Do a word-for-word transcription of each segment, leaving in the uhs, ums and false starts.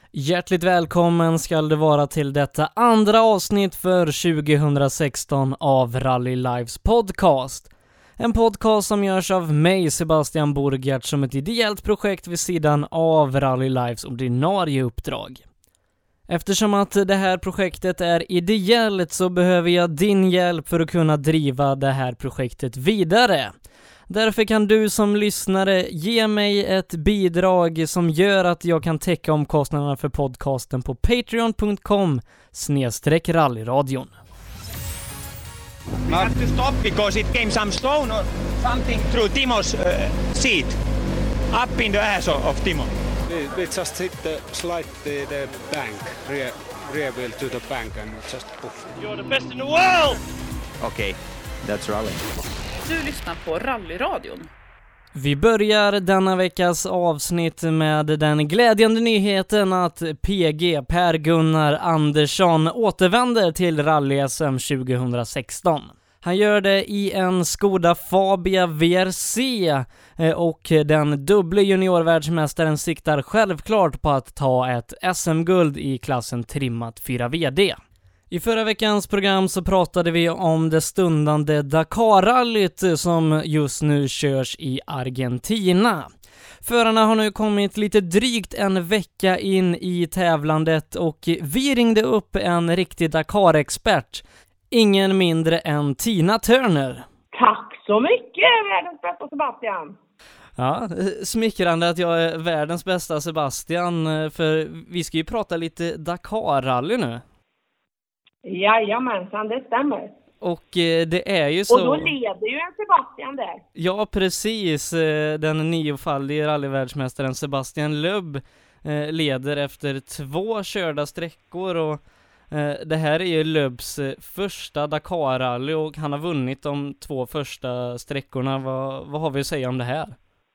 Hjärtligt välkommen ska det vara till detta andra avsnitt för tjugohundrasexton av Rally Lives podcast. En podcast som görs av mig, Sebastian Borgert, som ett ideellt projekt vid sidan av Rally Lives ordinarie uppdrag. Eftersom att det här projektet är ideellt så behöver jag din hjälp för att kunna driva det här projektet vidare. Därför kan du som lyssnare ge mig ett bidrag som gör att jag kan täcka omkostnaderna för podcasten på patreon dot com slash rallyradion. We have to stop because it came some stone or something through Timo's uh, seat, up in the ass of, of Timo. We just hit the slide the, the bank, rear, rear wheel to the bank and just poof. You're the best in the world! Okay, that's rally. Du lyssnar på Rallyradion. Vi börjar denna veckas avsnitt med den glädjande nyheten att P G Per-Gunnar Andersson återvänder till Rally-S M tjugohundrasexton. Han gör det i en Skoda Fabia V R C och den dubbla juniorvärldsmästaren siktar självklart på att ta ett S M-guld i klassen trimmat fyra V D. I förra veckans program så pratade vi om det stundande Dakar-rallyt som just nu körs i Argentina. Förarna har nu kommit lite drygt en vecka in i tävlandet och vi ringde upp en riktig Dakar-expert. Ingen mindre än Tina Turner. Tack så mycket, världens bästa Sebastian. Ja, smickrande att jag är världens bästa Sebastian, för vi ska ju prata lite Dakar-rally nu. Jajamensan, det stämmer. Och det är ju så... Och då leder ju en Sebastian där. Ja, precis. Den niofaldige rallyvärldsmästaren Sebastian Loeb leder efter två körda sträckor och det här är ju Loebs första Dakar-rally och han har vunnit de två första sträckorna. Vad, vad har vi att säga om det här?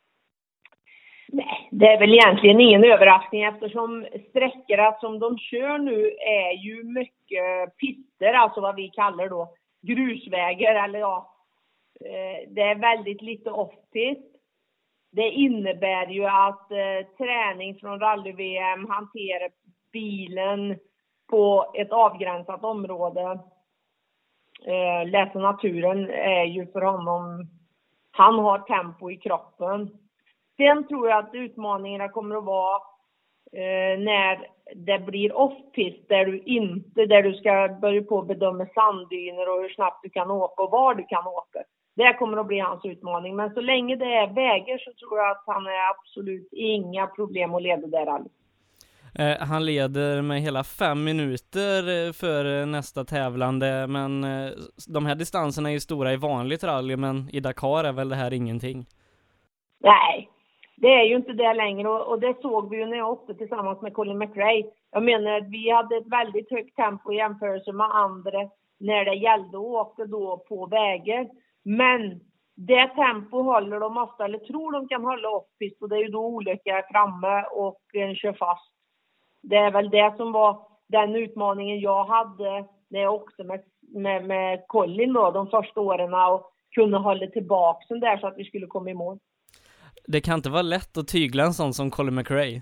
Nej, det är väl egentligen ingen överraskning eftersom sträckorna som de kör nu är ju mycket pister, alltså vad vi kallar då grusvägar eller ja, det är väldigt lite off-pist. Det innebär ju att eh, träning från rally-V M hanterar bilen på ett avgränsat område. Eh, läsa naturen är ju för honom, han har tempo i kroppen. Sen tror jag att utmaningarna kommer att vara eh, när det blir off-pist där du inte, där du ska börja på att bedöma sanddyner och hur snabbt du kan åka och var du kan åka. Det kommer att bli hans utmaning. Men så länge det är vägar så tror jag att han är absolut inga problem att leda där alls. Eh, han leder med hela fem minuter för nästa tävlande, men eh, de här distanserna är ju stora i vanligt rally, men i Dakar är väl det här ingenting? Nej. Det är ju inte det längre och, och det såg vi ju när jag åkte tillsammans med Colin McRae. Jag menar att vi hade ett väldigt högt tempo i jämförelse med andra när det gällde att åka då på vägar. Men det tempo håller de ofta, eller tror de kan hålla off-pist och det är ju då olycka är framme och en kör fast. Det är väl det som var den utmaningen jag hade när jag åkte med, med, med Colin då de första åren och kunde hålla tillbaka den där så att vi skulle komma i mål. Det kan inte vara lätt att tygla en sån som Colin McRae.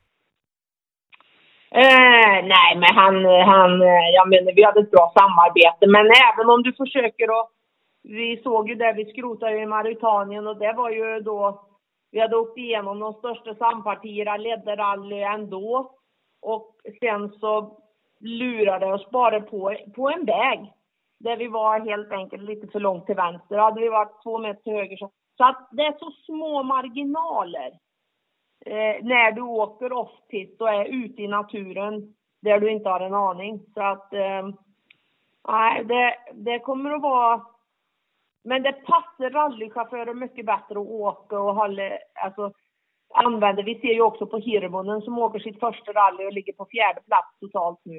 Eh, nej, men han, han, jag menar, vi hade ett bra samarbete. Men även om du försöker att, vi såg ju där vi skrotade i Mauritanien och det var ju då, vi hade åkt igenom de största sampartierna, ledde rally ändå. Och sen så lurade oss bara på, på en väg. Där vi var helt enkelt lite för långt till vänster. Hade vi varit två meter till höger så. Så att det är så små marginaler eh, när du åker off-pist och är ute i naturen där du inte har en aning. Så att eh, nej, det, det kommer att vara... Men det passar rallychaufförer mycket bättre att åka och hålla... Alltså, använda. Vi ser ju också på Hirvonen som åker sitt första rally och ligger på fjärde plats totalt nu.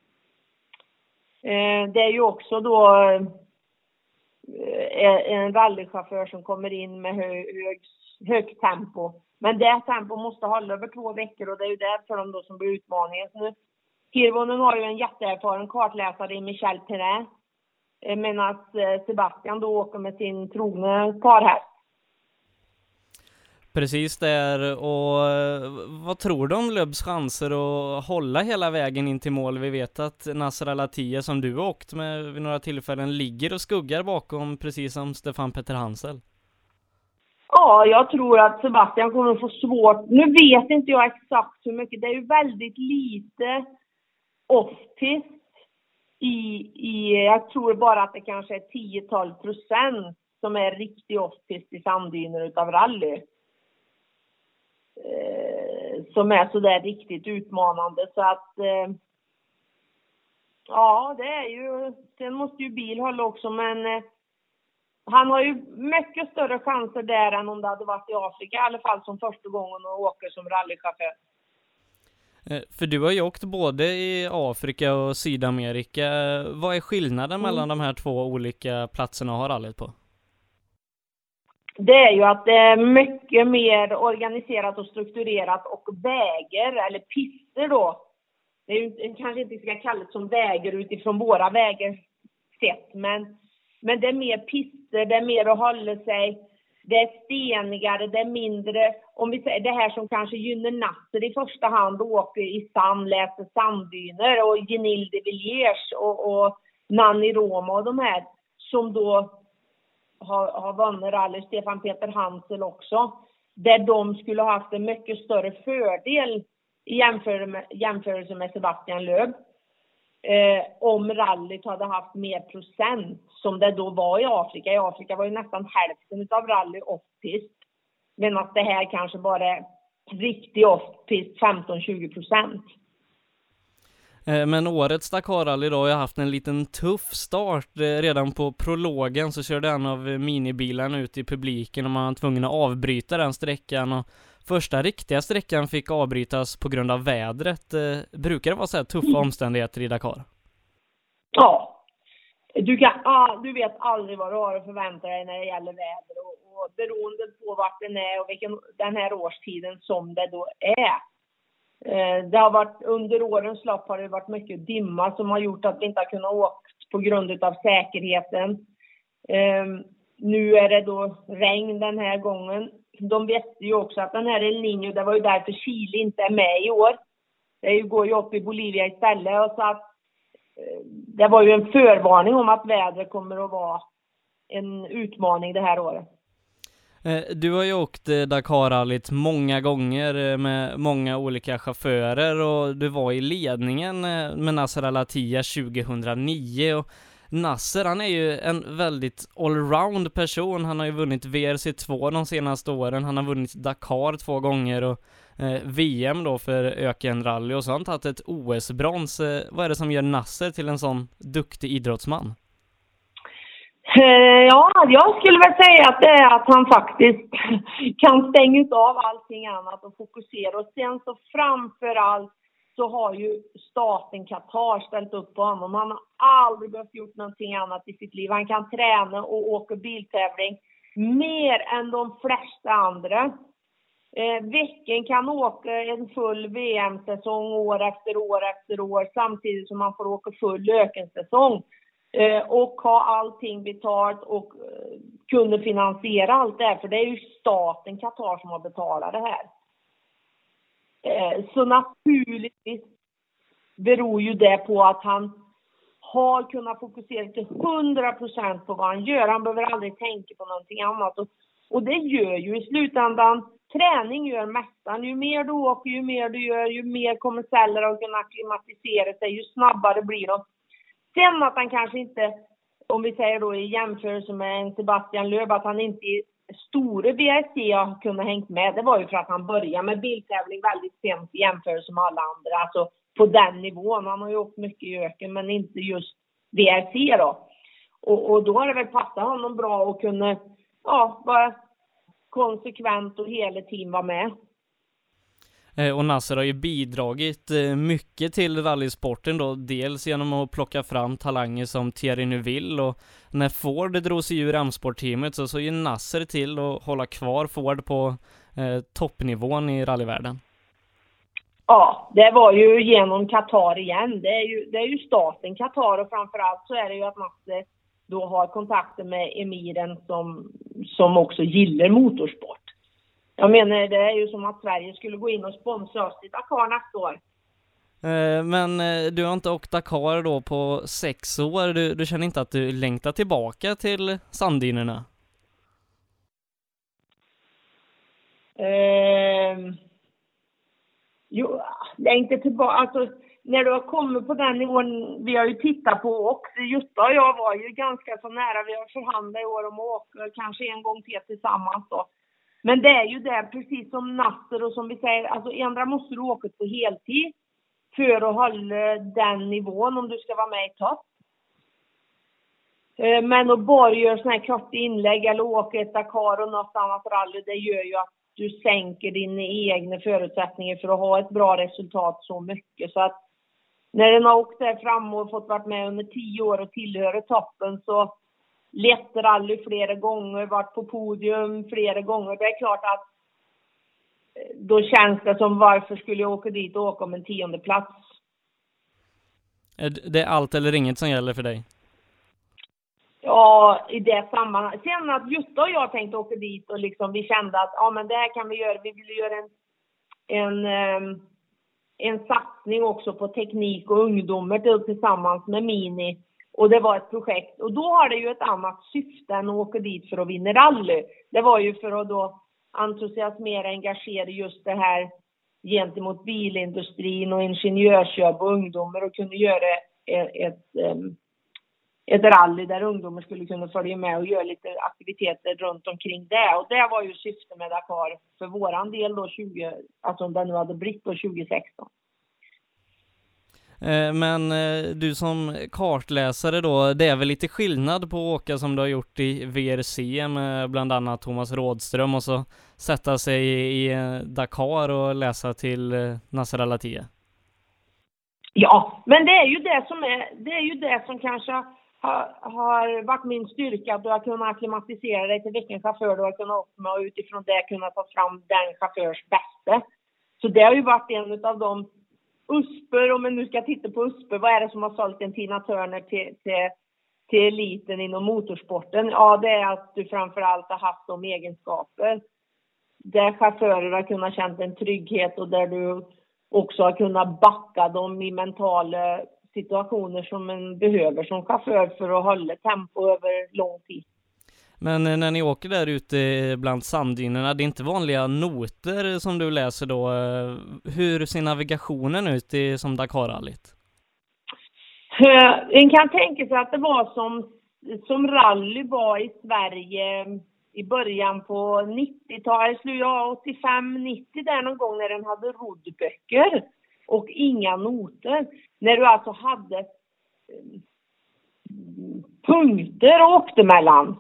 Eh, det är ju också då... en rallychaufför som kommer in med hög, hög, högt tempo. Men det tempo måste hålla över två veckor och det är ju det för dem då som blir utmaningen. Så nu, Hirvonen har ju en jätteerfaren kartläsare i Michel Perrin. Medan Sebastian då åker med sin trogna parhäst. Precis där, och vad tror du om Lööfs chanser att hålla hela vägen in till mål? Vi vet att Nasser Al-Attiyah, som du har åkt med vid några tillfällen, ligger och skuggar bakom, precis som Stefan Petter Hansel. Ja, jag tror att Sebastian kommer att få svårt. Nu vet inte jag exakt hur mycket. Det är ju väldigt lite off-pist i, i, jag tror bara att det kanske är tio till tolv procent som är riktig off-pist i sanddyner utav rally. Eh, som är så där riktigt utmanande. Så att, eh, ja, det är ju, sen måste ju bil hålla också, men eh, han har ju mycket större chanser där än om det hade varit i Afrika, i alla fall som första gången och åker som rallychaufför. För du har ju åkt både i Afrika och Sydamerika. Vad är skillnaden mm. mellan de här två olika platserna att ha rallyt på? Det är ju att det är mycket mer organiserat och strukturerat, och vägar, eller pister då. Det är ju kanske inte ska kallas som vägar utifrån våra vägar sett, men Men det är mer pister, det är mer att hålla sig, det är stenigare, det är mindre, om vi säger det här som kanske gynnar Nasser i första hand, åker i sand, läser sanddyner, och Genil de Villiers och, och Nanni Roma och de här som då har, har vunnit rally, Stefan Petter Hansel också, där de skulle ha haft en mycket större fördel i jämförelse med, jämförelse med Sebastian Loeb. Eh, om rallyt hade haft mer procent som det då var i Afrika. I Afrika var ju nästan hälften av rally off-pist, men att det här kanske bara är riktigt off-pist femton till tjugo procent. Eh, men årets Dakar-rally då har jag haft en liten tuff start. Eh, redan på prologen så körde en av minibilarna ut i publiken och man var tvungen att avbryta den sträckan, och första riktiga sträckan fick avbrytas på grund av vädret. Eh, brukar det vara så här tuffa mm. omständigheter i Dakar? Ja. Du, kan, ah, du vet aldrig vad du har att förvänta dig när det gäller väder. Och, och beroende på vart den är och vilken den här årstiden som det då är. Eh, det har varit, under årens lopp har det varit mycket dimma som har gjort att vi inte har kunnat åka på grund av säkerheten. Eh, nu är det då regn den här gången. De vet ju också att den här El Niño, det var ju därför Chile inte är med i år. Det går ju upp i Bolivia istället, och så att eh, det var ju en förvarning om att vädret kommer att vara en utmaning det här året. Du har ju åkt Dakar-rallyt många gånger med många olika chaufförer, och du var i ledningen med Nasser Al-Attiyah tjugohundranio, och Nasser, han är ju en väldigt allround person. Han har ju vunnit V R C två de senaste åren. Han har vunnit Dakar två gånger och eh, V M då för ökenrally, och så har han tagit ett O S-brons. Eh, vad är det som gör Nasser till en sån duktig idrottsman? Eh, ja, jag skulle väl säga att det är att han faktiskt kan stänga av allting annat och fokusera. Och sen så framför allt så har ju staten Qatar ställt upp på honom. Han har aldrig behövt gjort någonting annat i sitt liv. Han kan träna och åka biltävling mer än de flesta andra. Eh, Veckan kan åka en full V M-säsong år efter år efter år, samtidigt som man får åka full ökensäsong. Eh, och ha allting betalt och eh, kunna finansiera allt det här. För det är ju staten Qatar som har betalat det här. Så naturligtvis beror ju det på att han har kunnat fokusera till hundra procent på vad han gör. Han behöver aldrig tänka på någonting annat. Och, och det gör ju i slutändan, träning gör mästaren. Ju mer du åker, ju mer du gör, ju mer kommer celler att kunna akklimatisera sig, ju snabbare blir de. Sen att han kanske inte, om vi säger då i jämförelse med en Sebastian Loeb, att han inte stora V R C har kunnat hängt med, det var ju för att han började med biltävling väldigt sent i jämförelse med alla andra, alltså på den nivån. Han har ju åkt mycket i öken, men inte just V R C då. Och, och då har det väl passat honom bra att kunna ja, vara konsekvent och hela tiden vara med. Och Nasser har ju bidragit mycket till rallysporten då, dels genom att plocka fram talanger som Thierry Neuville, och när Ford drog sig ur M-sportteamet så såg ju Nasser till att hålla kvar Ford på eh, toppnivån i rallyvärlden. Ja, det var ju genom Qatar igen. Det är ju, det är ju staten Qatar, och framförallt så är det ju att Nasser då har kontakter med emiren som, som också gillar motorsport. Jag menar, det är ju som att Sverige skulle gå in och sponsra oss i Dakar nästa år. Men du har inte åkt Dakar då på sex år. Du, du känner inte att du längtar tillbaka till sanddynerna? Uh, jo, längtar tillbaka. Alltså, när du har kommit på den nivån vi har ju tittat på också. Jutta och jag var ju ganska så nära. Vi har förhandlat i år om att åka kanske en gång till tillsammans då. Men det är ju det, precis som Nasser och som vi säger. Alltså, ändra måste du åka på heltid för att hålla den nivån om du ska vara med i topp. Men att bara göra sådana här korta inlägg eller åka ett Dakar och något annat rally, det gör ju att du sänker dina egna förutsättningar för att ha ett bra resultat så mycket. Så att när den har åkt där fram och fått varit med under tio år och tillhör toppen, så lett rally flera gånger, varit på podium flera gånger. Det är klart att då känns det som, varför skulle jag åka dit och åka om en tionde plats? Det är allt eller inget som gäller för dig? Ja, i det sammanhanget. Sen att Jutta och jag tänkte åka dit och liksom vi kände att ja, men det här kan vi göra. Vi vill göra en, en, en satsning också på teknik och ungdomar tillsammans med Mini. Och det var ett projekt. Och då har det ju ett annat syfte än att åka dit för att vinna rally. Det var ju för att då entusiasmera, engagera just det här gentemot bilindustrin och ingenjörsjobb och ungdomar och kunna göra ett, ett, ett rally där ungdomar skulle kunna följa med och göra lite aktiviteter runt omkring det. Och det var ju syftet med Dakar för våran del då tjugo, alltså om det nu hade blivit då tjugo sexton. Men du som kartläsare då, det är väl lite skillnad på att åka som du har gjort i V R C med bland annat Thomas Rådström och så sätta sig i Dakar och läsa till Nasser Al-Attiyah? Ja, men det är ju det som är, det är ju det som kanske har, har varit min styrka, att du har kunnat akklimatisera dig till vilken chaufför du har kunnat åka med och utifrån det kunna ta fram den chaufförs bästa. Så det har ju varit en av de Usper, om man nu ska titta på Usper, vad är det som har sålt en Tina Turner till, till, till eliten inom motorsporten? Ja, det är att du framförallt har haft de egenskaper där chaufförer har kunnat känna en trygghet och där du också har kunnat backa dem i mentala situationer som man behöver som chaufför för att hålla tempo över lång tid. Men när ni åker där ute bland sanddynerna, det är inte vanliga noter som du läser då. Hur ser navigationen ut i, som Dakar-rallyt? En kan tänka sig att det var som, som rally var i Sverige i början på nittiotalet, ja, åttiofem nittio där någon gång när den hade roddböcker och inga noter. När du alltså hade punkter och åkte mellan.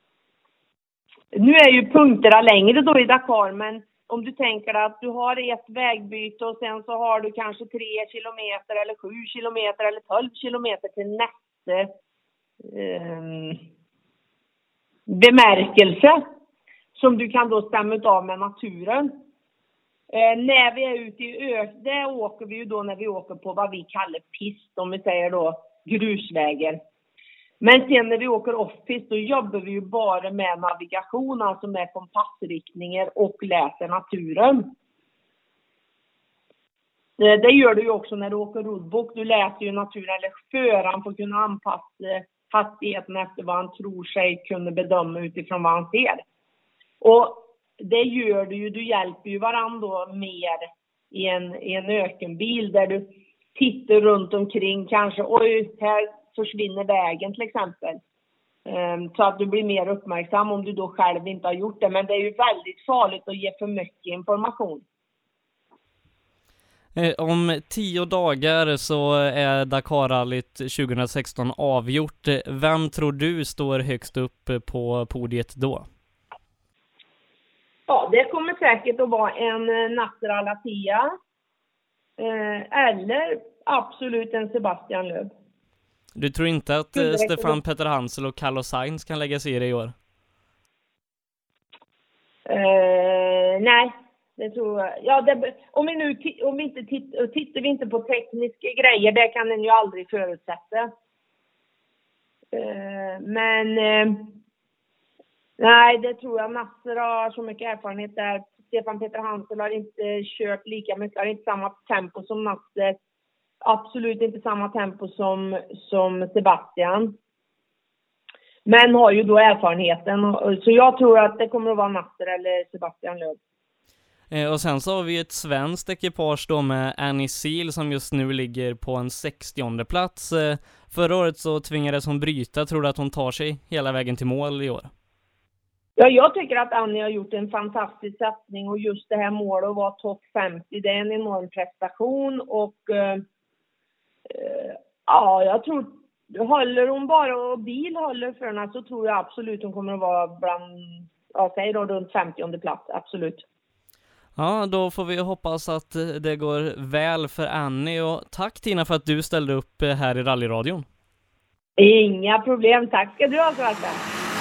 Nu är ju punkterna längre då i Dakar, men om du tänker att du har ett vägbyte och sen så har du kanske tre kilometer eller sju kilometer eller tolv kilometer till nästa eh, bemärkelse som du kan då stämma av med naturen. Eh, när vi är ute i ök, det åker vi ju då när vi åker på vad vi kallar pist, om vi säger då grusvägar. Men sen när vi åker off-pist, då jobbar vi ju bara med navigation, alltså med kompassriktningar och läser naturen. Det, det gör du ju också när du åker roadbook. Du läser ju naturen, eller föraren får kunna anpassa hastigheten efter vad han tror sig kunna bedöma utifrån vad han ser. Och det gör du ju, du hjälper ju varandra mer i en, i en ökenbil där du tittar runt omkring kanske, oj, här försvinner vägen till exempel. Um, så att du blir mer uppmärksam om du då själv inte har gjort det. Men det är ju väldigt farligt att ge för mycket information. Eh, om tio dagar så är Dakar-rallyt tjugo sexton avgjort. Vem tror du står högst upp på podiet då? Ja, det kommer säkert att vara en Nasser Al-Attiyah. Eh, eller absolut en Sebastian Loeb. Du tror inte att eh, Stefan Petter Hansel och Carlos Sainz kan lägga sig i det i år? Uh, nej, det tror jag. Ja, det, om vi nu t- om vi inte t- tittar vi inte på tekniska grejer, det kan en ju aldrig förutsätta. Uh, men uh, nej, det tror jag. Nasser har så mycket erfarenhet där Stefan Peter Hansel har inte kört lika mycket, har inte samma tempo som Nasser. Absolut inte samma tempo som, som Sebastian. Men har ju då erfarenheten. Så jag tror att det kommer att vara Nasser eller Sebastian Lööf. Eh, och sen så har vi ett svenskt ekipage då med Annie Seal som just nu ligger på en sextionde plats. Eh, förra året så tvingades hon bryta. Tror du att hon tar sig hela vägen till mål i år? Ja, jag tycker att Annie har gjort en fantastisk satsning. Och just det här målet att vara topp femtio, det är en enorm prestation. Och eh, eh, ja, jag tror, håller hon bara och bil håller för henne, så tror jag absolut hon kommer att vara bland, ja, säg då runt femtionde plats, absolut. Ja, då får vi hoppas att det går väl för Annie. Och tack Tina för att du ställde upp här i rallyradion. Inga problem, tack ska du ha, Sebastian.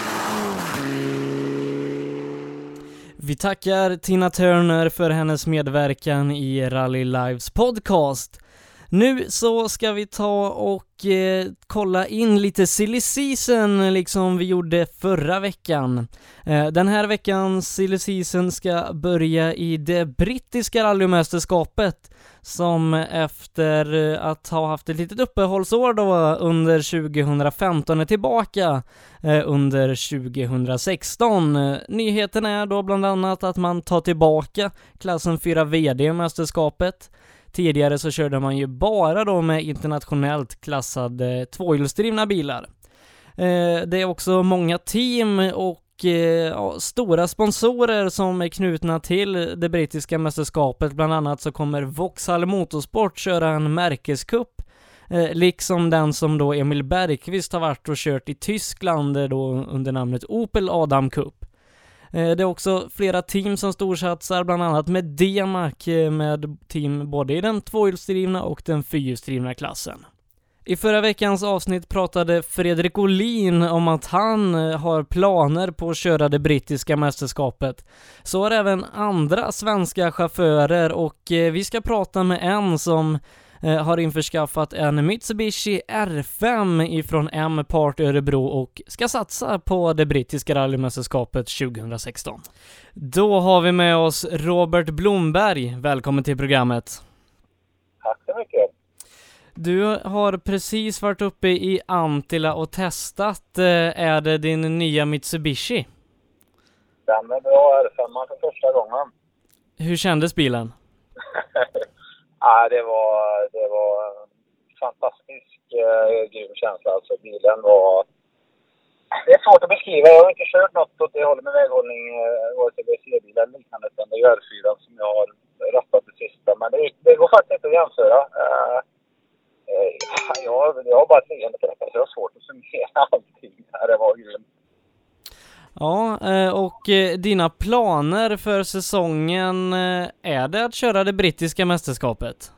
Vi tackar Tina Turner för hennes medverkan i Rally Lives podcast. Nu så ska vi ta och eh, kolla in lite silly season liksom vi gjorde förra veckan. Eh, den här veckans silly season ska börja i det brittiska rallymästerskapet som efter att ha haft ett litet uppehållsår då under tjugohundrafemton är tillbaka eh, under tjugohundrasexton. Eh, nyheten är då bland annat att man tar tillbaka klassen fyra V D-mästerskapet. Tidigare så körde man ju bara då med internationellt klassade tvåhjulsdrivna bilar. Eh, det är också många team och eh, ja, stora sponsorer som är knutna till det brittiska mästerskapet. Bland annat så kommer Vauxhall Motorsport köra en märkescup. Eh, liksom den som då Emil Bergqvist har varit och kört i Tyskland då under namnet Opel Adam Cup. Det är också flera team som storsatsar, bland annat med D-Mac med team både i den tvåhjulsdrivna och den fyrhjulsdrivna klassen. I förra veckans avsnitt pratade Fredrik Olin om att han har planer på att köra det brittiska mästerskapet. Så har även andra svenska chaufförer och vi ska prata med en som har införskaffat en Mitsubishi R fem ifrån M-Part Örebro och ska satsa på det brittiska rallymästerskapet tjugohundrasexton. Då har vi med oss Robert Blomberg. Välkommen till programmet. Tack så mycket. Du har precis varit uppe i Antilla och testat. Är det din nya Mitsubishi? Den är bra, R fem för första gången. Hur kändes bilen? Ja, det var, det var en fantastisk eh, grym känsla. Alltså bilen var... Det är svårt att beskriva. Jag har inte kört något åt det hållet med väghållning, eh, vare sig B C-bil eller liknande, utan det är R fyra som jag har rattat det sista. Men det, det går faktiskt inte att jämföra. Eh, eh, jag, jag har bara ett leende på det, så jag har svårt att summera allting. Det var grymt. Ja, och dina planer för säsongen, är det att köra det brittiska mästerskapet?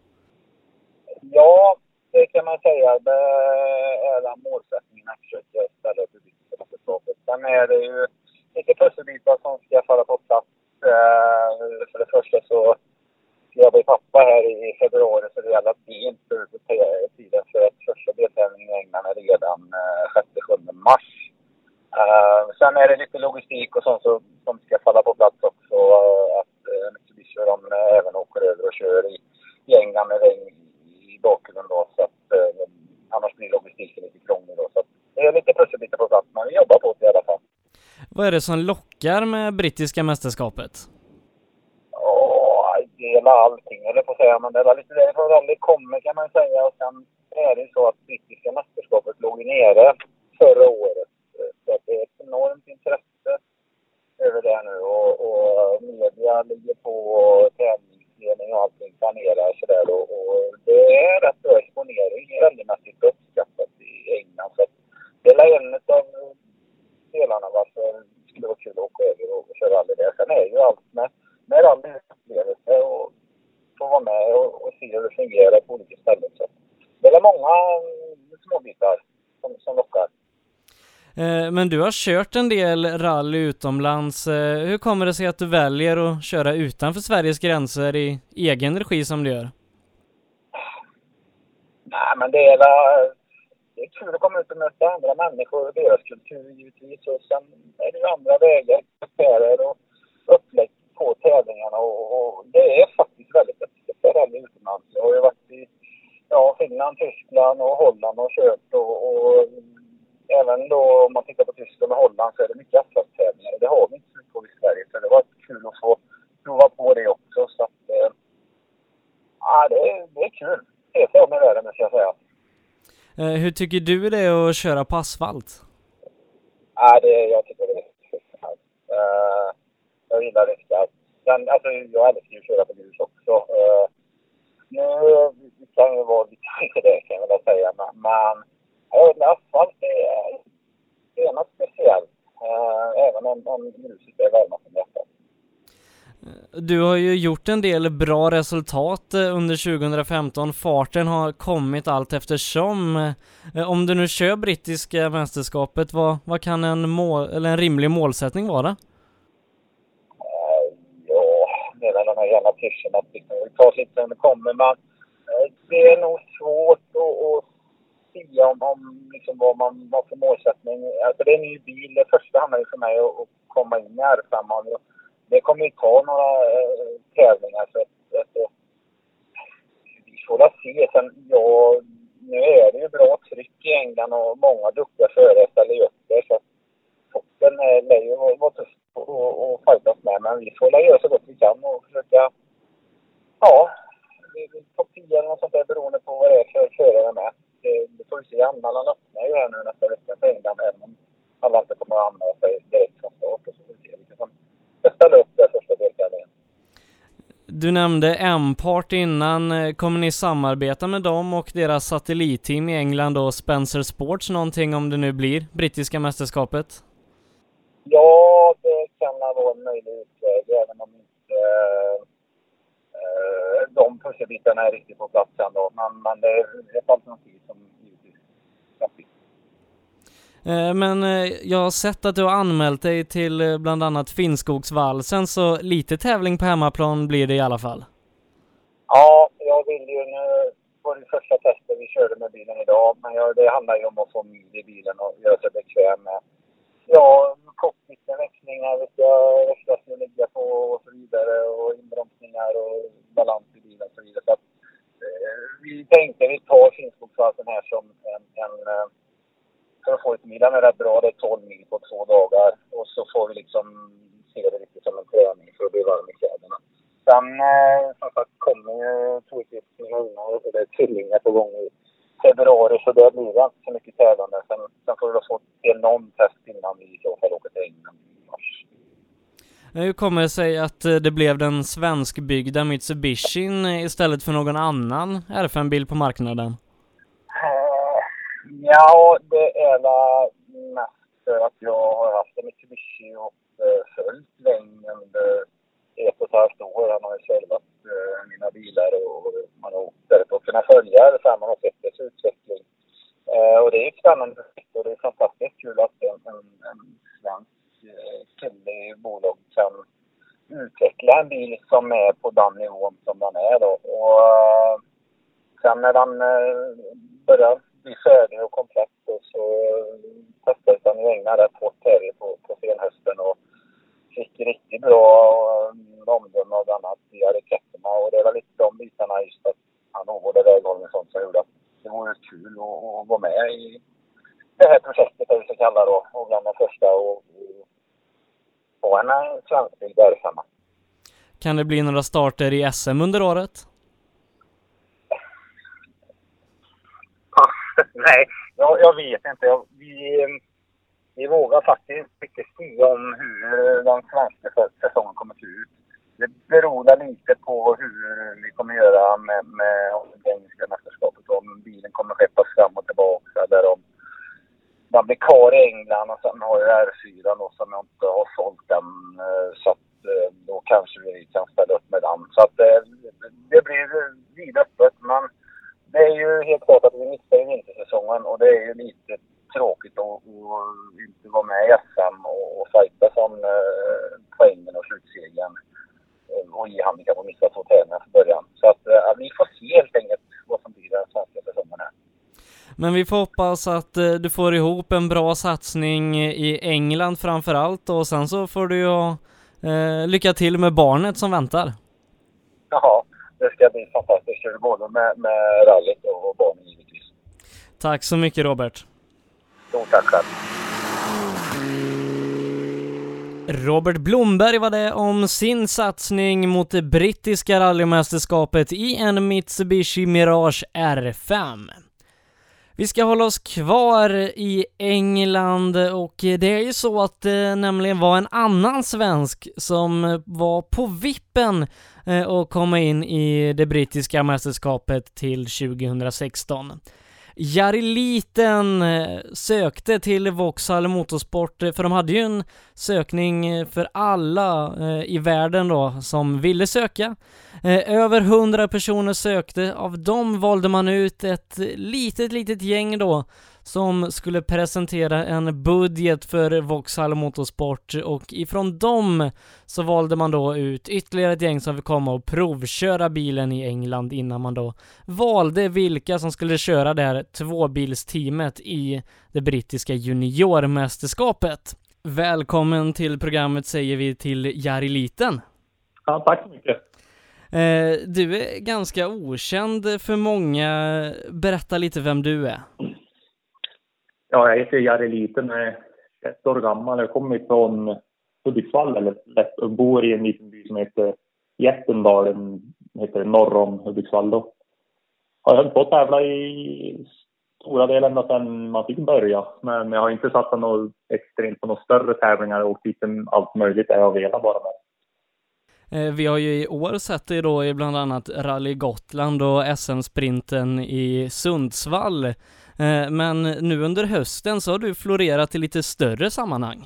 Ja, det kan man säga. Det är den målsättningen att försöka ställa upp det brittiska mästerskapet. Sen är det ju lite pusselbitar som ska falla på plats. För det första så jag blir pappa här i februari, så det gäller att vi inte ut på tiden för att första deltävlingen i England är redan sjätte till sjunde mars. Uh, sen är det lite logistik och sånt som, som ska falla på plats också. Uh, att uh, Mitsubishi de uh, även åker över och kör i, i England med regn i, i bakgrunden då. Så att, uh, annars blir logistiken lite krånglig då. Så att, det är lite pusselbitar på plats, men vi jobbar på det i alla fall. Vad är det som lockar med brittiska mästerskapet? Ja, uh, det är allting, eller på att säga. Men det är lite därifrån rally kommer, kan man säga. Och sen är det så att brittiska mästerskapet låg nere förra året. Så det är ett enormt intresse över det nu och, och media ligger på tävlingsledning och allting planerar så där och, och det är rätt bra exponering rallymässigt uppskattat i England, så det är en av delarna varför det skulle vara kul att åka över och köra rally där. Sen är ju allt med, med rallyupplevelse och få vara med och, och se hur det fungerar på olika ställen, så det är många små bitar som, som lockar. Men du har kört en del rally utomlands. Hur kommer det sig att du väljer att köra utanför Sveriges gränser i egen regi som du gör? Nej, men det är, det är kul att komma ut och möta andra människor och deras kultur givetvis. Och sen är det ju andra vägar, affärer och upplägg på tävlingarna och, och det är faktiskt väldigt speciellt rally utomlands. Jag har ju varit i ja, Finland, Tyskland och Holland och kört och, och även då om man tittar på Tyskland och Holland så är det mycket asfalttävlingar. Det har vi inte så mycket på i Sverige, så det var kul att få prova på det också. Så att, äh, ja, det, är, det är kul. Det är så med världen, måste jag säga. Eh, hur tycker du det är att köra på asfalt? Ja, det, jag tycker det är kul. Uh, jag gillar det skarpt. Men alltså, jag älskar ju att köra på grus också. Uh, nu kan ju vara lite det kan jag väl säga. Men, men ja, asfalt det är, det är något speciellt. Uh, även om, om gruset är varmast som detta. Du har ju gjort en del bra resultat under tjugohundrafemton. Farten har kommit allt eftersom. Om du nu kör brittiska mästerskapet, vad, vad kan en, mål, eller en rimlig målsättning vara? Uh, ja, det är den här jävla tischen att det tar lite som det kommer. Men uh, det är nog svårt att, att säga om, om liksom vad man har för målsättning. Alltså det är en ny bil. Det första handlar ju för mig att, att komma in i R fem. Det kommer ju ta några äh, tävlingar så att, att, att vi får väl se. Sen, ja, nu är det ju bra tryck i England och många duktiga förare ställer upp där. Så att toppen lär ju vara tuff och, och fightas med. Men vi får väl göra så gott vi kan och försöka, ja, topp tio eller något sånt där beroende på vad det är för förare med. Det, det får vi se. Anmälan öppnar ju här nu nästa vecka för England, även om alla inte kommer att anmäla sig direkt från start. Och så får vi se vilka som ställer upp där första deltävlingen. Du nämnde M-Part innan. Kommer ni samarbeta med dem och deras satellitteam i England och Spencer Sports någonting om det nu blir brittiska mästerskapet? Ja, det kan vara en möjlig utväg även om inte äh, de pusselbitarna är riktigt på platsen då. Men, men det är ett alternativ som givetvis kan bli. Men jag har sett att du har anmält dig till bland annat Finnskogsvalsen, så lite tävling på hemmaplan blir det i alla fall. Ja, jag vill ju nu på det första testet vi körde med bilen idag, men jag, det handlar ju om att få mil i bilen och göra sig bekväm med ja, cockpiten, växlingar, vilka växlar ska ligga på och så vidare och inbromsningar och balans i bilen och så vidare. Så att, eh, vi tänkte vi tar Finnskogsvalsen här som en, en för att få ett mil. Den är rätt bra, det är tolv mil på två dagar. Och så får vi liksom se det lite som en träning för att bli varm i kläderna. Sen eh, som sagt kommer ju troligtvis mina ungar och det är tvillingar på gång i februari. Så det blir inte så mycket tävlande. Sen, sen får vi då få till någon test innan vi i så fall åker till England i mars. Hur kommer det sig att det blev den svenskbyggda Mitsubishin istället för någon annan R fem-bil på marknaden? Ja, det är mest för att jag har haft en Mitsubishi och följt länge under ett och ett halvt år. Han har ju servat uh, mina bilar och man har åkt där och kunnat följa det fram och sett dess utveckling. Uh, och det är ett spännande och det är fantastiskt kul att en, en, en svensk uh, kille i bolag kan utveckla en bil som är på den nivån som den är då. Och uh, sen när den uh, börjar bli färdig och komplett och så testade han i England rätt hårt här på, på senhösten och fick riktigt bra omdöme av annat i ariketterna och det var lite de bitarna just att han ovårdade väghållning och sånt som gjorde att det vore kul att, att vara med i det här projektet där vi ska kalla då och bland de första och, och få en svensk bil där samma. Kan det bli några starter i S M under året? Nej, jag, jag vet inte. Jag, vi, vi vågar faktiskt inte säga om hur den svenska säsongen kommer se ut. Det beror lite på hur vi kommer göra med, med det engelska mästerskapet. Om bilen kommer skeppas fram och tillbaka. Eller om man blir kvar i England och sen har jag R fyra då, som jag inte har sålt den. Så att då kanske vi kan ställa upp med den. Så att det blir vidöppet. Men det är ju helt klart att vi missar ju vintersäsongen och det är ju lite tråkigt att, att inte vara med i S M och, och fighta som eh, poängen och slutsegern och ge handikapp och missa två tävlingar från början. Så att eh, vi får se helt enkelt vad som blir den svenska säsongen här. Men vi får hoppas att eh, du får ihop en bra satsning i England framför allt och sen så får du ju ha Eh, lycka till med barnet som väntar. Jaha, det ska bli fantastiskt kul både med, med rallyt och barnen givetvis. Tack så mycket, Robert. Stort tack själv. Robert Blomberg var det om sin satsning mot det brittiska rallymästerskapet i en Mitsubishi Mirage R fem. Vi ska hålla oss kvar i England och det är ju så att det nämligen var en annan svensk som var på vippen och komma in i det brittiska mästerskapet till tjugohundrasexton. Jari Liten sökte till Vauxhall Motorsport, för de hade ju en sökning för alla i världen då som ville söka. Över hundra personer sökte, av dem valde man ut ett litet litet gäng då som skulle presentera en budget för Vauxhall Motorsport, och ifrån dem så valde man då ut ytterligare ett gäng som fick komma och provköra bilen i England innan man då valde vilka som skulle köra det här tvåbilsteamet i det brittiska juniormästerskapet. Välkommen till programmet säger vi till Jari Liten. Ja, tack så mycket. Eh, du är ganska okänd för många. Berätta lite vem du är. Ja, jag heter Jari Liten, jag är ett år gammal. Jag kommer från Hudiksvall, eller och bor i en liten by som heter Jättendalen, heter norr om Hudiksvall då. Jag har fått tävla i stora delen sedan man fick börja, men jag har inte satt något extremt på några större tävlingar och lite allt möjligt är jag velat bara med. Vi har ju i år sett det då i bland annat Rally Gotland och S M-sprinten i Sundsvall. Men nu under hösten så har du florerat i lite större sammanhang.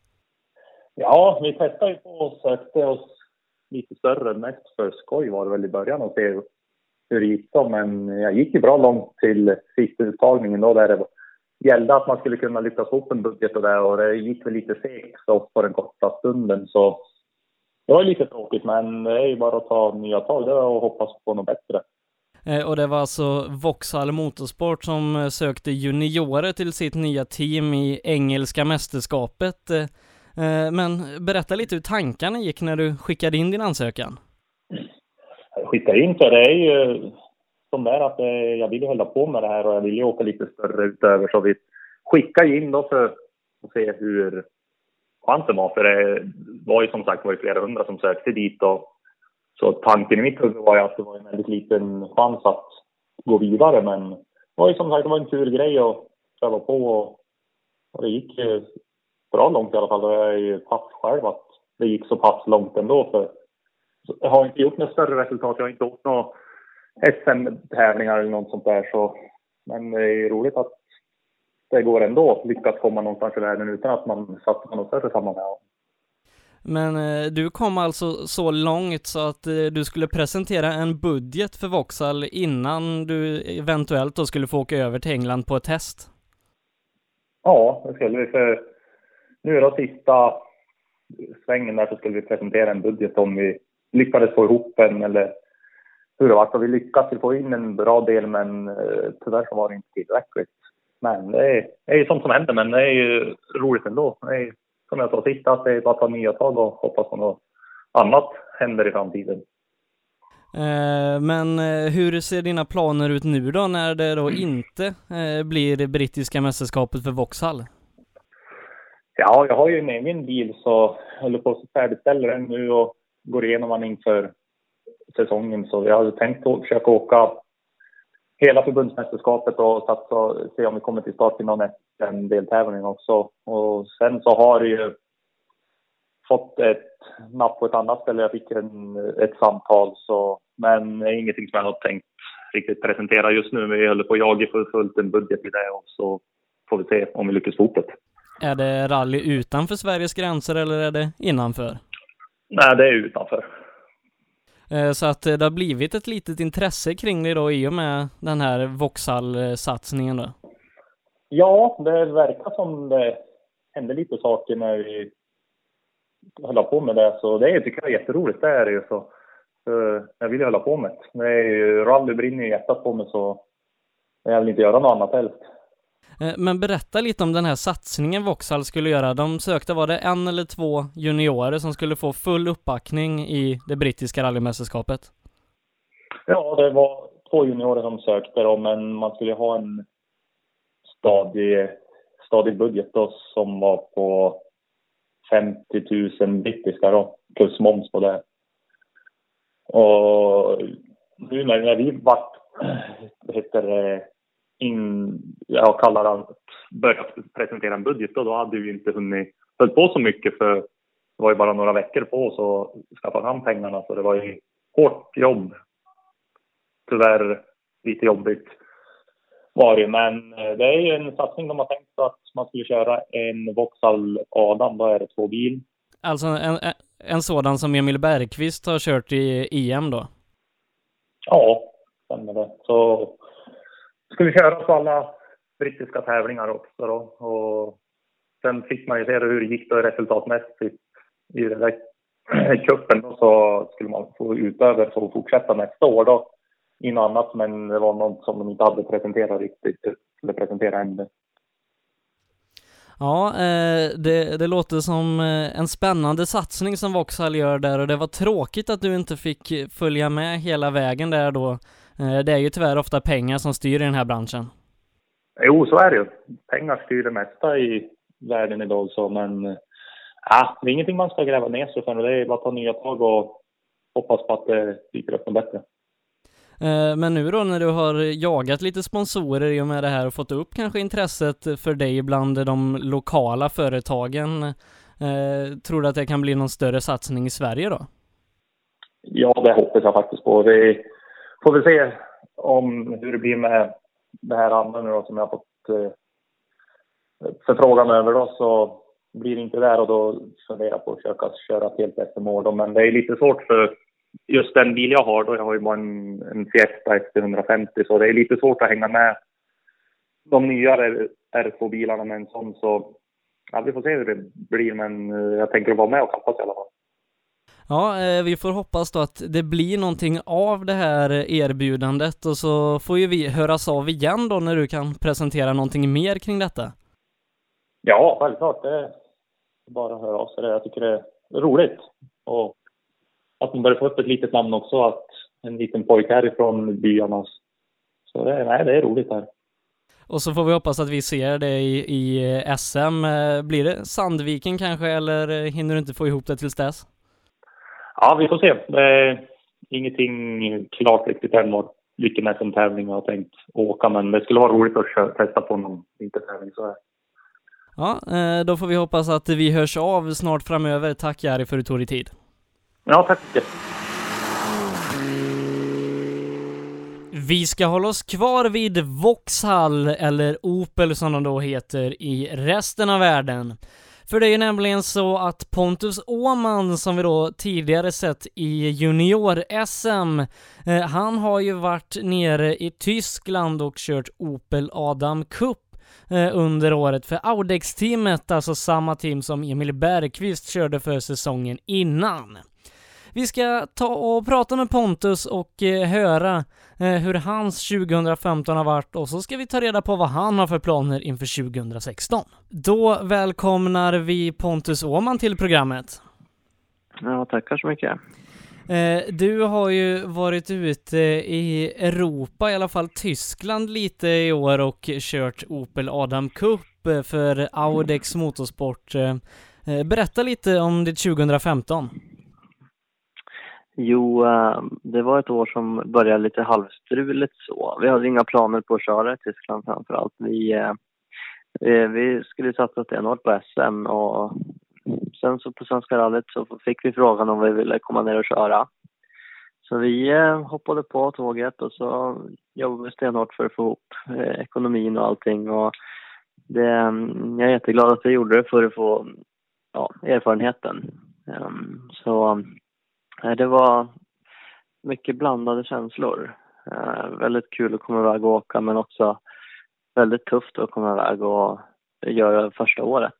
Ja, vi testade ju på och sökte oss lite större, mest för skoj var det väl i början och se hur det gick då. Men jag gick ju bra långt till sista uttagningen då, där det gällde att man skulle kunna lyckas upp en budget och där, och det gick väl lite segt så på den korta stunden, så det var lite tråkigt, men det är ju bara att ta nya tag och hoppas på något bättre. Eh, och det var alltså Vauxhall Motorsport som sökte juniorer till sitt nya team i engelska mästerskapet. Eh, men berätta lite hur tankarna gick när du skickade in din ansökan. Jag skickade in för det är ju som det är att eh, jag ville hålla på med det här och jag ville åka lite större utöver, så vi skickade in då för att se hur chansen var, för det var ju som sagt var ju flera hundra som sökte dit, och så tanken i mitt huvud var ju att det var en väldigt liten chans att gå vidare, men det var ju som sagt det var en tur grej att pröva på, och, och det gick ju bra långt i alla fall, och jag är ju tack själv att det gick så pass långt ändå, för jag har inte gjort några större resultat, jag har inte gjort några S M-tävlingar eller något sånt där, så men det är roligt att det går ändå lyckas komma någonstans i världen utan att man satt på något större sammanhang. Men eh, du kom alltså så långt så att eh, du skulle presentera en budget för Vauxhall innan du eventuellt då skulle få åka över till England på ett test? Ja, det skulle vi, för nu då sista svängen där så skulle vi presentera en budget om vi lyckades få ihop en, eller hur det var. Så vi lyckades få in en bra del, men eh, tyvärr så var det inte tillräckligt. Men det är, det är ju sånt som händer, men det är ju roligt ändå. Det är, som jag sa sist, att det är bara att ta nya tag och hoppas på något annat händer i framtiden. Eh, men eh, hur ser dina planer ut nu då, när det då inte eh, blir det brittiska mästerskapet för Vauxhall? Ja, jag har ju en egen bil, så jag håller på att färdigställa den nu och går igenom den inför säsongen. Så jag hade tänkt att försöka åka hela förbundsmästerskapet och satsa och se om vi kommer till start i någon en deltävling också. Och sen så har jag ju fått ett napp på ett annat ställe. Jag fick en, ett samtal, så, men det är ingenting som jag har tänkt riktigt presentera just nu. Vi håller på att jaga för fullt en budget i det, och så får vi se om vi lyckas få det. Är det rally utanför Sveriges gränser eller är det innanför? Nej, det är utanför. Så att det har blivit ett litet intresse kring det då i och med den här Vauxhall-satsningen då? Ja, det verkar som det händer lite saker när vi håller på med det. Så det tycker jag är jätteroligt, det är det ju så. så jag vill ju hålla på med det. Det är ju, rally brinner ju hjärtat på mig, så jag vill inte göra något annat helst. Men berätta lite om den här satsningen Vauxhall skulle göra. De sökte, var det en eller två juniorer som skulle få full uppbackning i det brittiska rallymästerskapet? Ja, det var två juniorer som sökte då, men man skulle ha en stadig, stadig budget då, som var på femtio tusen brittiska då, plus moms på det. Och nu när vi vart, heter det, in, jag kallar det, började presentera en budget då, då hade vi inte hunnit höll på så mycket, för det var ju bara några veckor på oss att skaffa fram pengarna, så det var ju hårt jobb. Tyvärr lite jobbigt var det, men det är ju en satsning de har tänkt att man skulle köra en Vauxhall Adam, då är det två bil. Alltså en, en sådan som Emil Bergqvist har kört i E M då? Ja, stämmer det. Så skulle vi köra på alla brittiska tävlingar också då. Och sen fick man ju se hur det gick då resultatmässigt i den där kuppen. Och så skulle man få utöver för att fortsätta nästa år då i något annat. Men det var något som de inte hade presenterat riktigt. Eller presentera ännu. Ja, det, det låter som en spännande satsning som Vauxhall gör där, och det var tråkigt att du inte fick följa med hela vägen där då. Det är ju tyvärr ofta pengar som styr i den här branschen. Jo, så är det ju. Pengar styr det mesta i världen idag, så, men ja, det är ingenting man ska gräva ner sig för. Det är bara att ta nya tag och hoppas på att det dyker upp något bättre. Men nu då när du har jagat lite sponsorer i och med det här och fått upp kanske intresset för dig bland de lokala företagen, eh, tror du att det kan bli någon större satsning i Sverige då? Ja, det hoppas jag faktiskt på. Vi får vi se om hur det blir med det här andra nu då, som jag har fått eh, förfrågan över då, så blir det inte där, och då funderar jag på att försöka köra ett helt S M-år då. Men det är lite svårt för just den bil jag har då, jag har ju bara en, en Fiesta X T hundrafemtio, så det är lite svårt att hänga med de nyare R två-bilarna med en sån, så ja, vi får se hur det blir, men jag tänker att vara med och kappas i alla fall. Ja, vi får hoppas då att det blir någonting av det här erbjudandet, och så får ju vi höras av igen då när du kan presentera någonting mer kring detta. Ja, självklart. Det är bara att höra av sig. Jag tycker det är roligt. Och att man börjar få upp ett litet namn också, att en liten pojke härifrån byarna. Så det, nej, det är roligt här. Och så får vi hoppas att vi ser det i, i S M. Blir det Sandviken kanske, eller hinner du inte få ihop det tills dess? Ja, vi får se. Det är ingenting klart riktigt än vad vilken S M-tävling jag har tänkt åka, men det skulle vara roligt att köra, testa på någon vintertävling så här. Ja, då får vi hoppas att vi hörs av snart framöver. Tack Jari för att du tog dig tid. Ja, tack. Vi ska hålla oss kvar vid Vauxhall, eller Opel som de då heter i resten av världen. För det är ju nämligen så att Pontus Åhman, som vi då tidigare sett i junior-S M, eh, han har ju varit nere i Tyskland och kört Opel Adam Cup eh, under året för Audex-teamet, alltså samma team som Emil Bergqvist körde för säsongen innan. Vi ska ta och prata med Pontus och eh, höra eh, hur hans tjugohundrafemton har varit, och så ska vi ta reda på vad han har för planer inför tjugohundrasexton. Då välkomnar vi Pontus Åhman till programmet. Ja, tackar så mycket. Eh, du har ju varit ute i Europa, i alla fall Tyskland lite i år, och kört Opel Adam Cup för Audex Motorsport. Eh, berätta lite om ditt tjugohundrafemton. Jo, det var ett år som började lite halvstruligt så. Vi hade inga planer på att köra i Tyskland framförallt. Vi, vi skulle satsa stenhårt på S M, och sen så på Svenska rallyt så fick vi frågan om vi ville komma ner och köra. Så vi hoppade på tåget och så jobbade vi stenhårt för att få ihop ekonomin och allting. Och det, jag är jätteglad att vi gjorde det för att få ja, erfarenheten. Så det var mycket blandade känslor. Eh, väldigt kul att komma iväg och åka, men också väldigt tufft att komma iväg och göra första året.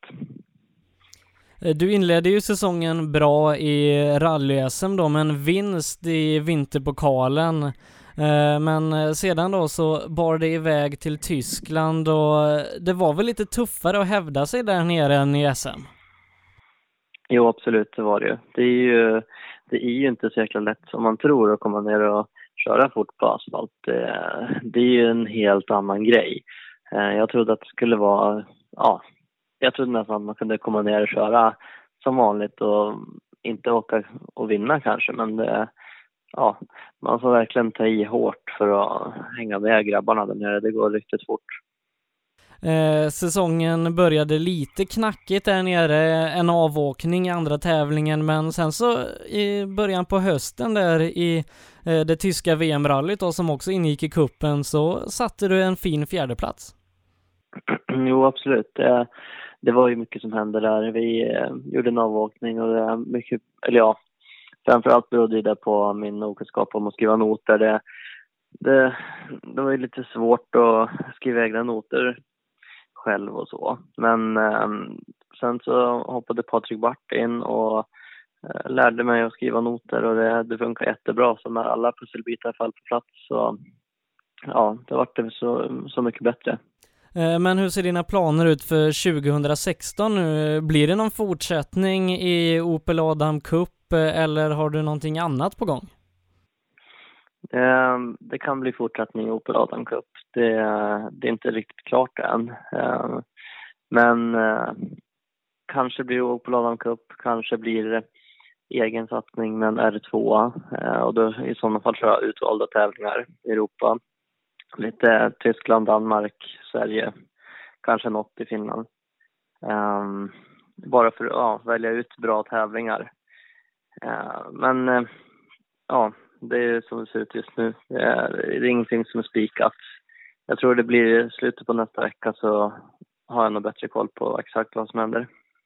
Du inledde ju säsongen bra i rally-S M då, men vinst i vinterpokalen. Men sedan då så bar det iväg till Tyskland och det var väl lite tuffare att hävda sig där nere än i S M? Jo, absolut, det var det ju. Det är ju, det är ju inte så jäkla lätt som man tror att komma ner och köra fort på asfalt. Det, det är ju en helt annan grej. Jag trodde att det skulle vara, ja, jag trodde nästan att man kunde komma ner och köra som vanligt och inte åka och vinna kanske, men det, ja, man får verkligen ta i hårt för att hänga med grabbarna där nere. Det går riktigt fort. Eh, säsongen började lite knackigt där nere, en avåkning i andra tävlingen, men sen så i början på hösten där i eh, det tyska V M-rallyt då, som också ingick i kuppen, så satte du en fin fjärdeplats. Jo, absolut. Det, det var ju mycket som hände där. Vi eh, gjorde en avåkning och det är mycket, eller ja, framförallt berodde det på min okunskap om att skriva noter. Det, det, det var ju lite svårt att skriva egna noter själv och så. Men eh, sen så hoppade Patrik Bart in och eh, lärde mig att skriva noter och det, det funkar jättebra. Så när alla pusselbitar fall på plats så ja, det var det så, så mycket bättre. Men hur ser dina planer ut för tjugo sexton nu? Blir det någon fortsättning i Opel Adam Cup eller har du någonting annat på gång? Eh, det kan bli fortsättning i Opel Adam Cup. Det, det är inte riktigt klart än. Eh, men eh, kanske blir Opel Adam Cup, kanske blir det egen satsning med en R två. Eh, och då i sådana fall köra utvalda tävlingar i Europa. Lite Tyskland, Danmark, Sverige, kanske något i Finland. Eh, bara för att ja, välja ut bra tävlingar. Eh, men eh, ja, det är som det ser ut just nu. Det är, det är ingenting som är spikat. Jag tror det blir slutet på nästa vecka så har jag nog bättre koll på exakt vad som händer.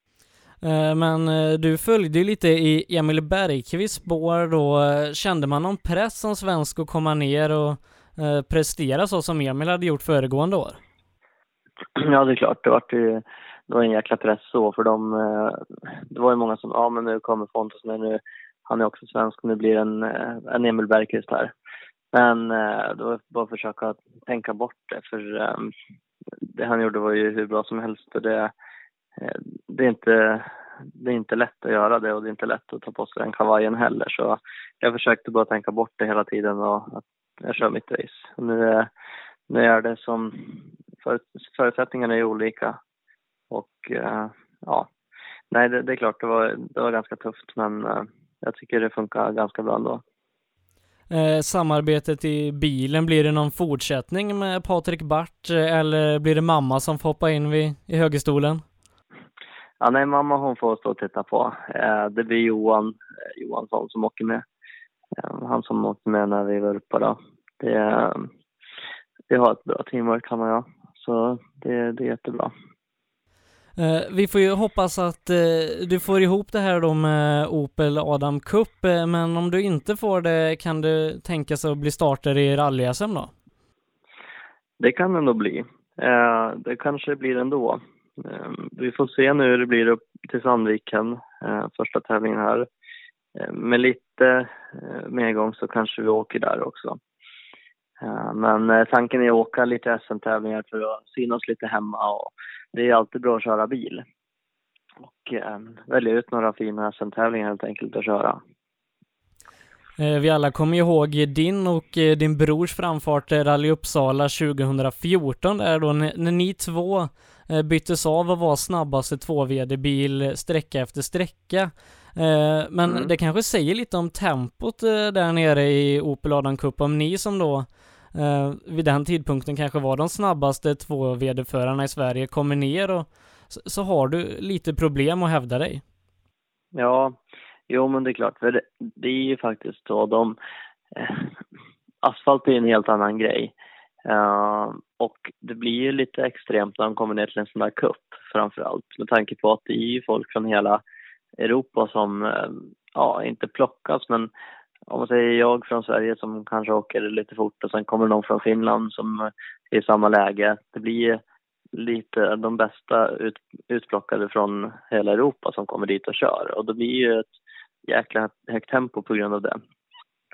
Men du följde ju lite i Emil Bergqvists spår då. Kände man någon press som svensk att komma ner och prestera så som Emil hade gjort föregående år? Ja, det är klart. Det var, det var en jäkla press så för dem. Det var ju många som, ja men nu kommer Fontos, men nu han är också svensk och nu blir en, en Emil Bergqvist här. Men det var bara att försöka tänka bort det. För det han gjorde var ju hur bra som helst. Och det, det, är inte, det är inte lätt att göra det och det är inte lätt att ta på sig den kavajen heller. Så jag försökte bara tänka bort det hela tiden och att jag kör mitt race. Och nu, nu är det som för, förutsättningarna är olika. Och ja, nej det, det är klart det var, det var ganska tufft men jag tycker det funkar ganska bra ändå. Eh, samarbetet i bilen, blir det någon fortsättning med Patrik Bart eller blir det mamma som får hoppa in vid, i högerstolen? Ja, nej, mamma hon får stå och titta på. Eh, det blir Johan eh, Johansson som åker med. Eh, han som åker med när vi var uppe då. Det, eh, det har ett bra teamwork kan man ja. Så det, det är jättebra. Eh, vi får ju hoppas att eh, du får ihop det här då med Opel Adam Cup, eh, men om du inte får det kan du tänka sig att bli startare i rally-S M då? Det kan det nog bli. Eh, det kanske blir ändå. Eh, vi får se nu hur det blir upp till Sandviken, eh, första tävlingen här. Eh, med lite eh, medgång så kanske vi åker där också. Eh, men eh, tanken är att åka lite S M-tävlingar för att synas lite hemma och det är alltid bra att köra bil. Och eh, välja ut några fina S M-tävlingar helt enkelt att köra. Eh, vi alla kommer ihåg din och eh, din brors framfart Rally Uppsala tjugo fjorton där då när, när ni två eh, byttes av och var snabbaste två-V D-bil sträcka efter sträcka. Eh, men mm. det kanske säger lite om tempot eh, där nere i Opel Adam Cup om ni som då Uh, vid den tidpunkten kanske var de snabbaste två V D-förarna i Sverige kommer ner och så, så har du lite problem att hävda dig. Ja, jo men det är klart. För det, det är ju faktiskt så. De, eh, asfalt är en helt annan grej. Uh, och det blir ju lite extremt när de kommer ner till en sån där cup framförallt. Med tanke på att det är ju folk från hela Europa som uh, ja, inte plockas men om man säger jag från Sverige som kanske åker lite fort och sen kommer någon från Finland som är i samma läge. Det blir lite de bästa ut, utplockade från hela Europa som kommer dit och kör. Och det blir ju ett jäkla högt tempo på grund av det.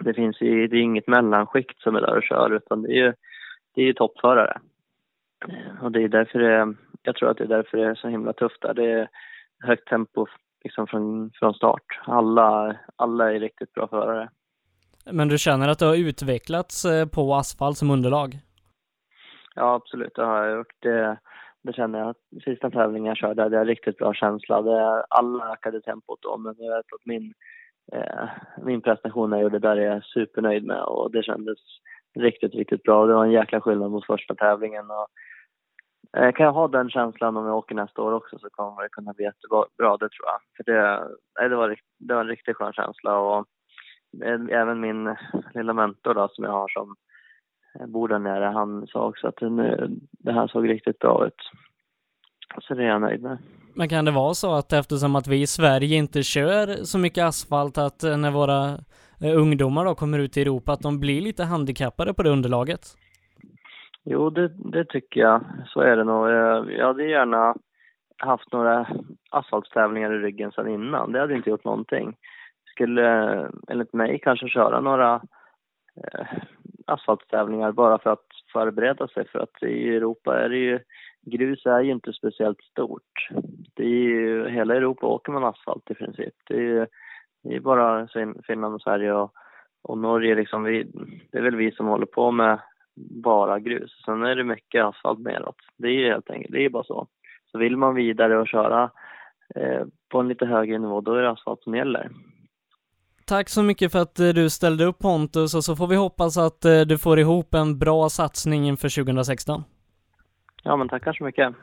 det finns ju, det är inget mellanskikt som är där och kör, utan det är ju, det är ju toppförare. Och det är därför det, jag tror att det är därför det är så himla tufft där. Det är högt tempo liksom från, från start. Alla, alla är riktigt bra förare. Men du känner att det har utvecklats på asfalt som underlag? Ja, absolut. Det har jag gjort. Det, det känner jag. Sista tävlingen jag körde, det är riktigt bra känsla. Det, alla ökade tempot då, men jag vet att min, eh, min prestation jag gjorde där är jag supernöjd med. Och det kändes riktigt, riktigt bra. Det var en jäkla skillnad mot första tävlingen. Och, eh, kan jag ha den känslan om jag åker nästa år också, så kommer det kunna bli jättebra, det tror jag. För det, nej, det, var, det var en riktigt skön känsla. Och även min lilla mentor då, som jag har som bor där nere, han sa också att det, det här såg riktigt bra ut. Så det är jag nöjd med. Men kan det vara så att eftersom att vi i Sverige inte kör så mycket asfalt, att när våra ungdomar då kommer ut i Europa, att de blir lite handikappade på det underlaget? Jo, det, det tycker jag. Så är det nog. Jag hade gärna haft några asfaltstävlingar i ryggen sedan innan. Det hade inte gjort någonting. Skulle, enligt mig, kanske köra några eh, asfaltstävlingar bara för att förbereda sig. För att i Europa är det ju, grus är ju inte speciellt stort. Det är ju, hela Europa åker man asfalt i princip. Det är ju det är bara Finland och Sverige och, och Norge liksom. Vi, det är väl vi som håller på med bara grus. Sen är det mycket asfalt neråt. Det är ju helt enkelt, det är bara så. Så vill man vidare och köra eh, på en lite högre nivå, då är det asfalt som gäller. Tack så mycket för att du ställde upp, Pontus, och så får vi hoppas att du får ihop en bra satsning inför tjugo sexton. Ja, men tackar så mycket.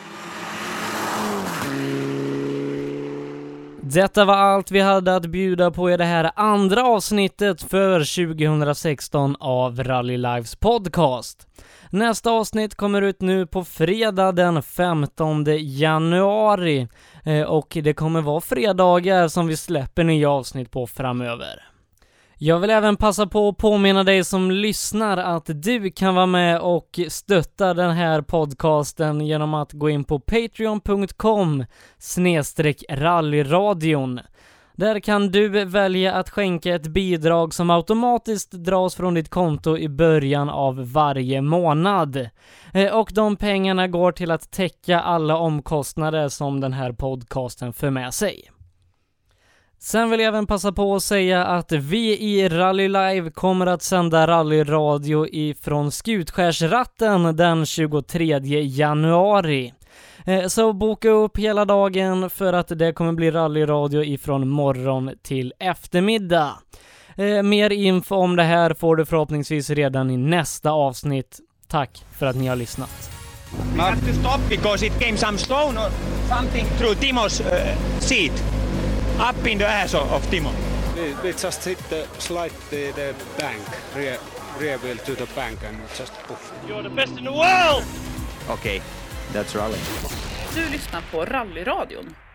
Detta var allt vi hade att bjuda på i det här andra avsnittet för tjugo sexton av Rally Lives podcast. Nästa avsnitt kommer ut nu på fredag den femtonde januari och det kommer vara fredagar som vi släpper nya avsnitt på framöver. Jag vill även passa på att påminna dig som lyssnar att du kan vara med och stötta den här podcasten genom att gå in på patreon punkt com snedstreck rallyradion. Där kan du välja att skänka ett bidrag som automatiskt dras från ditt konto i början av varje månad. Och de pengarna går till att täcka alla omkostnader som den här podcasten för med sig. Sen vill jag även passa på att säga att vi i Rally Live kommer att sända rallyradio ifrån Skutskärsratten den tjugotredje januari. Så boka upp hela dagen för att det kommer bli rallyradio ifrån morgon till eftermiddag. Mer info om det här får du förhoppningsvis redan i nästa avsnitt. Tack för att ni har lyssnat. We have to stop because it came some stone or something through Timo's uh, seat. Up in the ass of Timo. We, we just hit the slide the, the bank, rear, rear wheel to the bank and just poof. You're the best in the world! Okay, that's rally. Du lyssnar på Rallyradion.